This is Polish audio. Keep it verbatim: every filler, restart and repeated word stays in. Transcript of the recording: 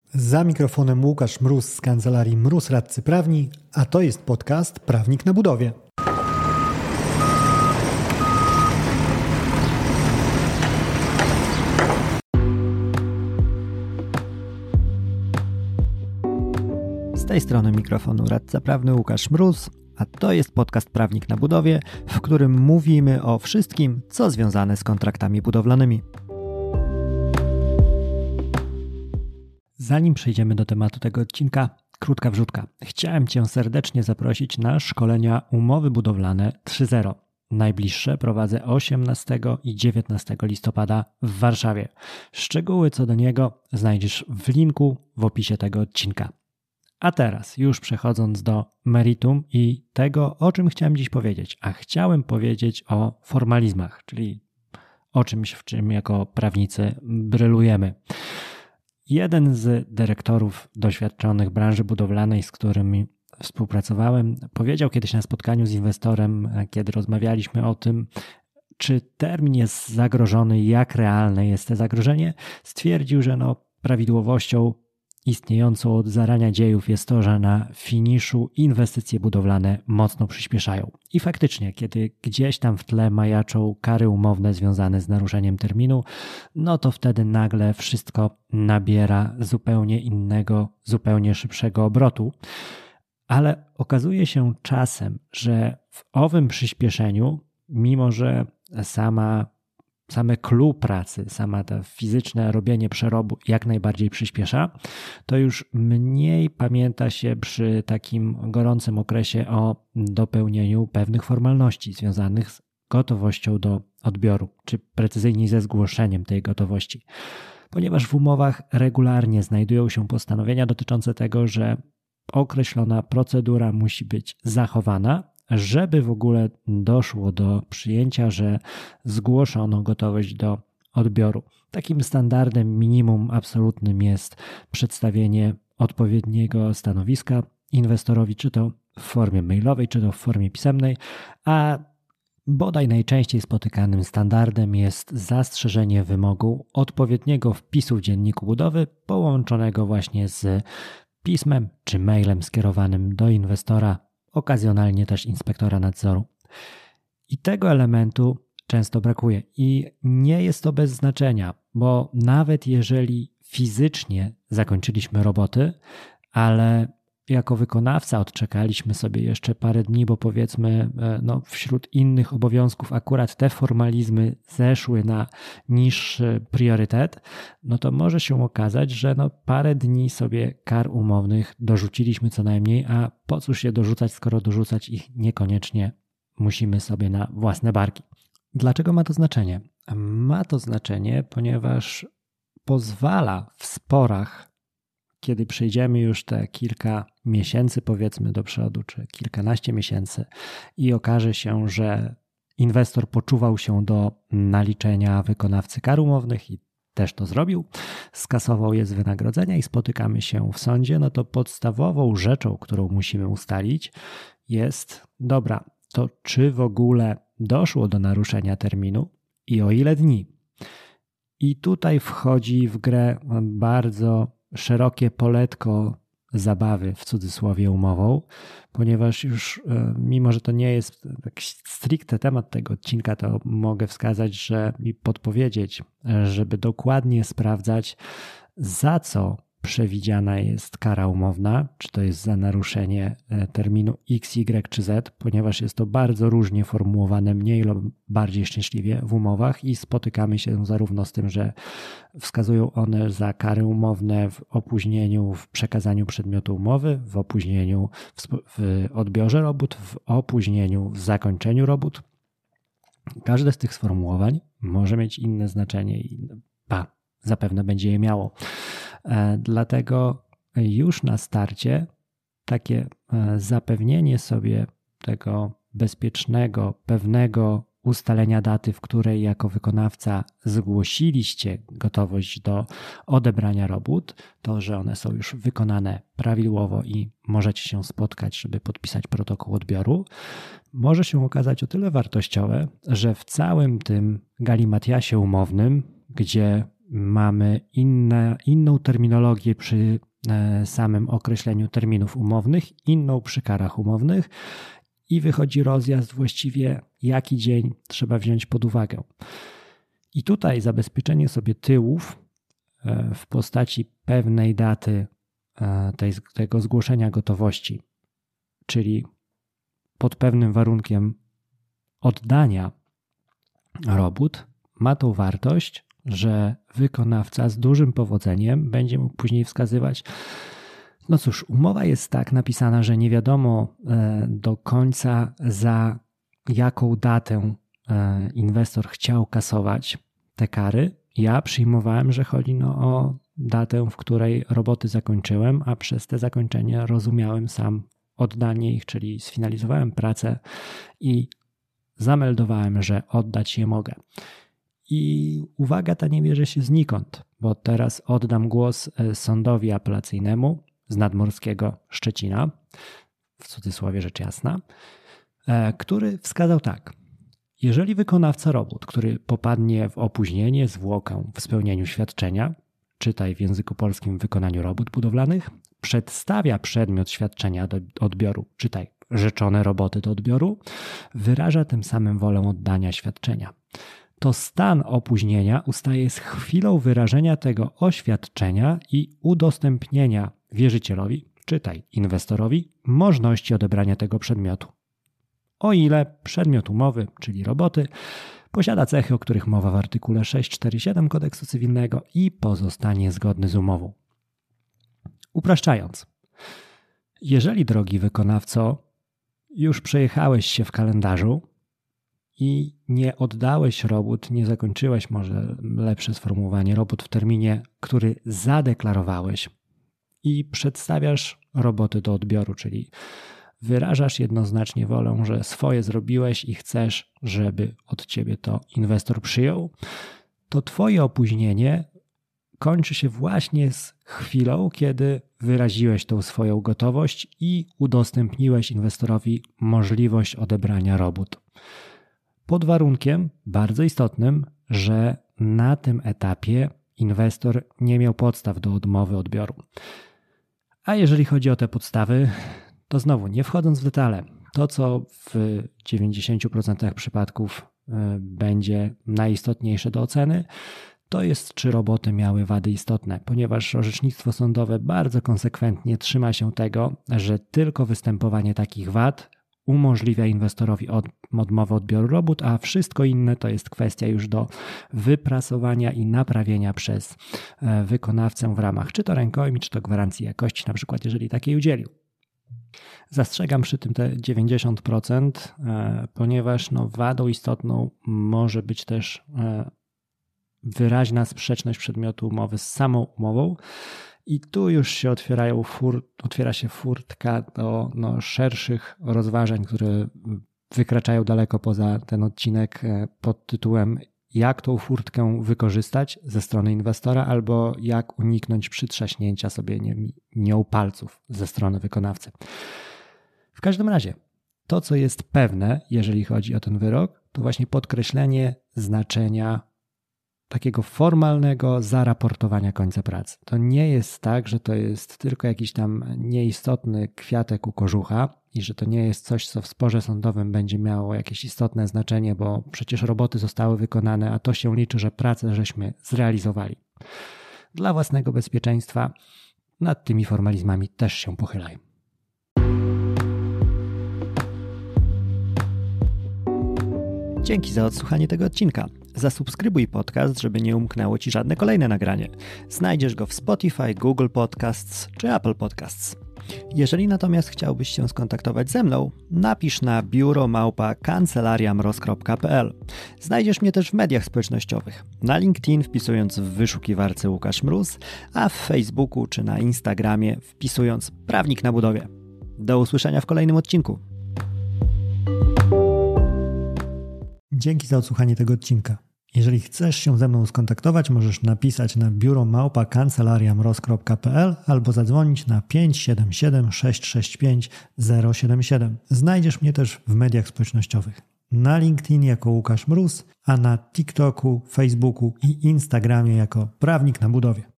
Za mikrofonem Łukasz Mróz z kancelarii Mróz Radcy Prawni, a to jest podcast Prawnik na budowie. Z tej strony mikrofonu radca prawny Łukasz Mróz, a to jest podcast Prawnik na budowie, w którym mówimy o wszystkim, co związane z kontraktami budowlanymi. Zanim przejdziemy do tematu tego odcinka, krótka wrzutka. Chciałem Cię serdecznie zaprosić na szkolenia Umowy Budowlane trzy zero. Najbliższe prowadzę osiemnastego i dziewiętnastego listopada w Warszawie. Szczegóły co do niego znajdziesz w linku w opisie tego odcinka. A teraz, już przechodząc do meritum i tego, o czym chciałem dziś powiedzieć. A chciałem powiedzieć o formalizmach, czyli o czymś, w czym jako prawnicy brylujemy. Jeden z dyrektorów doświadczonych branży budowlanej, z którymi współpracowałem, powiedział kiedyś na spotkaniu z inwestorem, kiedy rozmawialiśmy o tym, czy termin jest zagrożony, jak realne jest to zagrożenie, stwierdził, że no, prawidłowością istniejącą od zarania dziejów jest to, że na finiszu inwestycje budowlane mocno przyspieszają. I faktycznie, kiedy gdzieś tam w tle majaczą kary umowne związane z naruszeniem terminu, no to wtedy nagle wszystko nabiera zupełnie innego, zupełnie szybszego obrotu. Ale okazuje się czasem, że w owym przyspieszeniu, mimo że sama Same clue pracy, sama to fizyczne robienie przerobu jak najbardziej przyspiesza, to już mniej pamięta się przy takim gorącym okresie o dopełnieniu pewnych formalności związanych z gotowością do odbioru, czy precyzyjniej ze zgłoszeniem tej gotowości. Ponieważ w umowach regularnie znajdują się postanowienia dotyczące tego, że określona procedura musi być zachowana, żeby w ogóle doszło do przyjęcia, że zgłoszono gotowość do odbioru. Takim standardem minimum absolutnym jest przedstawienie odpowiedniego stanowiska inwestorowi, czy to w formie mailowej, czy to w formie pisemnej, a bodaj najczęściej spotykanym standardem jest zastrzeżenie wymogu odpowiedniego wpisu w dzienniku budowy połączonego właśnie z pismem czy mailem skierowanym do inwestora, okazjonalnie też inspektora nadzoru. I tego elementu często brakuje i nie jest to bez znaczenia, bo nawet jeżeli fizycznie zakończyliśmy roboty, ale jako wykonawca odczekaliśmy sobie jeszcze parę dni, bo powiedzmy no, wśród innych obowiązków akurat te formalizmy zeszły na niższy priorytet, no to może się okazać, że no, parę dni sobie kar umownych dorzuciliśmy co najmniej, a po cóż je dorzucać, skoro dorzucać ich niekoniecznie musimy sobie na własne barki. Dlaczego ma to znaczenie? Ma to znaczenie, ponieważ pozwala w sporach, kiedy przejdziemy już te kilka miesięcy powiedzmy do przodu, czy kilkanaście miesięcy i okaże się, że inwestor poczuwał się do naliczenia wykonawcy kar umownych i też to zrobił, skasował je z wynagrodzenia i spotykamy się w sądzie, no to podstawową rzeczą, którą musimy ustalić jest, dobra, to czy w ogóle doszło do naruszenia terminu i o ile dni. I tutaj wchodzi w grę bardzo szerokie poletko zabawy, w cudzysłowie umową, ponieważ już mimo, że to nie jest tak stricte temat tego odcinka, to mogę wskazać, że i podpowiedzieć, żeby dokładnie sprawdzać, za co przewidziana jest kara umowna, czy to jest za naruszenie terminu X, Y czy Z, ponieważ jest to bardzo różnie formułowane, mniej lub bardziej szczęśliwie w umowach i spotykamy się zarówno z tym, że wskazują one za kary umowne w opóźnieniu w przekazaniu przedmiotu umowy, w opóźnieniu w, w odbiorze robót, w opóźnieniu w zakończeniu robót. Każde z tych sformułowań może mieć inne znaczenie i pa, zapewne będzie je miało. Dlatego już na starcie takie zapewnienie sobie tego bezpiecznego, pewnego ustalenia daty, w której jako wykonawca zgłosiliście gotowość do odebrania robót, to, że one są już wykonane prawidłowo i możecie się spotkać, żeby podpisać protokół odbioru, może się okazać o tyle wartościowe, że w całym tym galimatiasie umownym, gdzie mamy inne, inną terminologię przy samym określeniu terminów umownych, inną przy karach umownych i wychodzi rozjazd właściwie, jaki dzień trzeba wziąć pod uwagę. I tutaj zabezpieczenie sobie tyłów w postaci pewnej daty tej, tego zgłoszenia gotowości, czyli pod pewnym warunkiem oddania robót, ma tą wartość, że wykonawca z dużym powodzeniem będzie mógł później wskazywać, no cóż, umowa jest tak napisana, że nie wiadomo do końca, za jaką datę inwestor chciał kasować te kary. Ja przyjmowałem, że chodzi no o datę, w której roboty zakończyłem, a przez te zakończenie rozumiałem sam oddanie ich, czyli sfinalizowałem pracę i zameldowałem, że oddać je mogę. I uwaga ta nie bierze się znikąd, bo teraz oddam głos sądowi apelacyjnemu z nadmorskiego Szczecina, w cudzysłowie rzecz jasna, który wskazał tak. Jeżeli wykonawca robót, który popadnie w opóźnienie, zwłokę w spełnieniu świadczenia, czytaj w języku polskim w wykonaniu robót budowlanych, przedstawia przedmiot świadczenia do odbioru, czytaj rzeczone roboty do odbioru, wyraża tym samym wolę oddania świadczenia. To stan opóźnienia ustaje z chwilą wyrażenia tego oświadczenia i udostępnienia wierzycielowi, czytaj inwestorowi, możliwości odebrania tego przedmiotu. O ile przedmiot umowy, czyli roboty, posiada cechy, o których mowa w artykule sześć cztery siedem Kodeksu Cywilnego i pozostanie zgodny z umową. Upraszczając, jeżeli, drogi wykonawco, już przejechałeś się w kalendarzu i nie oddałeś robót, nie zakończyłeś, może lepsze sformułowanie, robót w terminie, który zadeklarowałeś i przedstawiasz roboty do odbioru, czyli wyrażasz jednoznacznie wolę, że swoje zrobiłeś i chcesz, żeby od ciebie to inwestor przyjął, to twoje opóźnienie kończy się właśnie z chwilą, kiedy wyraziłeś tą swoją gotowość i udostępniłeś inwestorowi możliwość odebrania robót. Pod warunkiem bardzo istotnym, że na tym etapie inwestor nie miał podstaw do odmowy odbioru. A jeżeli chodzi o te podstawy, to znowu, nie wchodząc w detale, to co w dziewięćdziesięciu procentach przypadków będzie najistotniejsze do oceny, to jest, czy roboty miały wady istotne, ponieważ orzecznictwo sądowe bardzo konsekwentnie trzyma się tego, że tylko występowanie takich wad umożliwia inwestorowi od, odmowę odbioru robót, a wszystko inne to jest kwestia już do wyprasowania i naprawienia przez wykonawcę w ramach czy to rękojmi, czy to gwarancji jakości, na przykład jeżeli takiej udzielił. Zastrzegam przy tym te dziewięćdziesiąt procent, ponieważ no wadą istotną może być też wyraźna sprzeczność przedmiotu umowy z samą umową i tu już się otwierają fur, otwiera się furtka do no, szerszych rozważań, które wykraczają daleko poza ten odcinek pod tytułem jak tą furtkę wykorzystać ze strony inwestora albo jak uniknąć przytrzaśnięcia sobie nie, nią palców ze strony wykonawcy. W każdym razie to, co jest pewne, jeżeli chodzi o ten wyrok, to właśnie podkreślenie znaczenia takiego formalnego zaraportowania końca pracy. To nie jest tak, że to jest tylko jakiś tam nieistotny kwiatek u kożucha i że to nie jest coś, co w sporze sądowym będzie miało jakieś istotne znaczenie, bo przecież roboty zostały wykonane, a to się liczy, że pracę żeśmy zrealizowali. Dla własnego bezpieczeństwa nad tymi formalizmami też się pochylaj. Dzięki za odsłuchanie tego odcinka. Zasubskrybuj podcast, żeby nie umknęło Ci żadne kolejne nagranie. Znajdziesz go w Spotify, Google Podcasts czy Apple Podcasts. Jeżeli natomiast chciałbyś się skontaktować ze mną, napisz na biuro małpa kancelaria mroz kropka p l. Znajdziesz mnie też w mediach społecznościowych. Na LinkedIn wpisując w wyszukiwarce Łukasz Mróz, a w Facebooku czy na Instagramie wpisując Prawnik na budowie. Do usłyszenia w kolejnym odcinku. Dzięki za odsłuchanie tego odcinka. Jeżeli chcesz się ze mną skontaktować, możesz napisać na biuro małpa kancelaria mroz kropka p l albo zadzwonić na pięć siedem siedem sześć sześć pięć zero siedem siedem. Znajdziesz mnie też w mediach społecznościowych. na LinkedIn jako Łukasz Mróz, a na TikToku, Facebooku i Instagramie jako Prawnik na Budowie.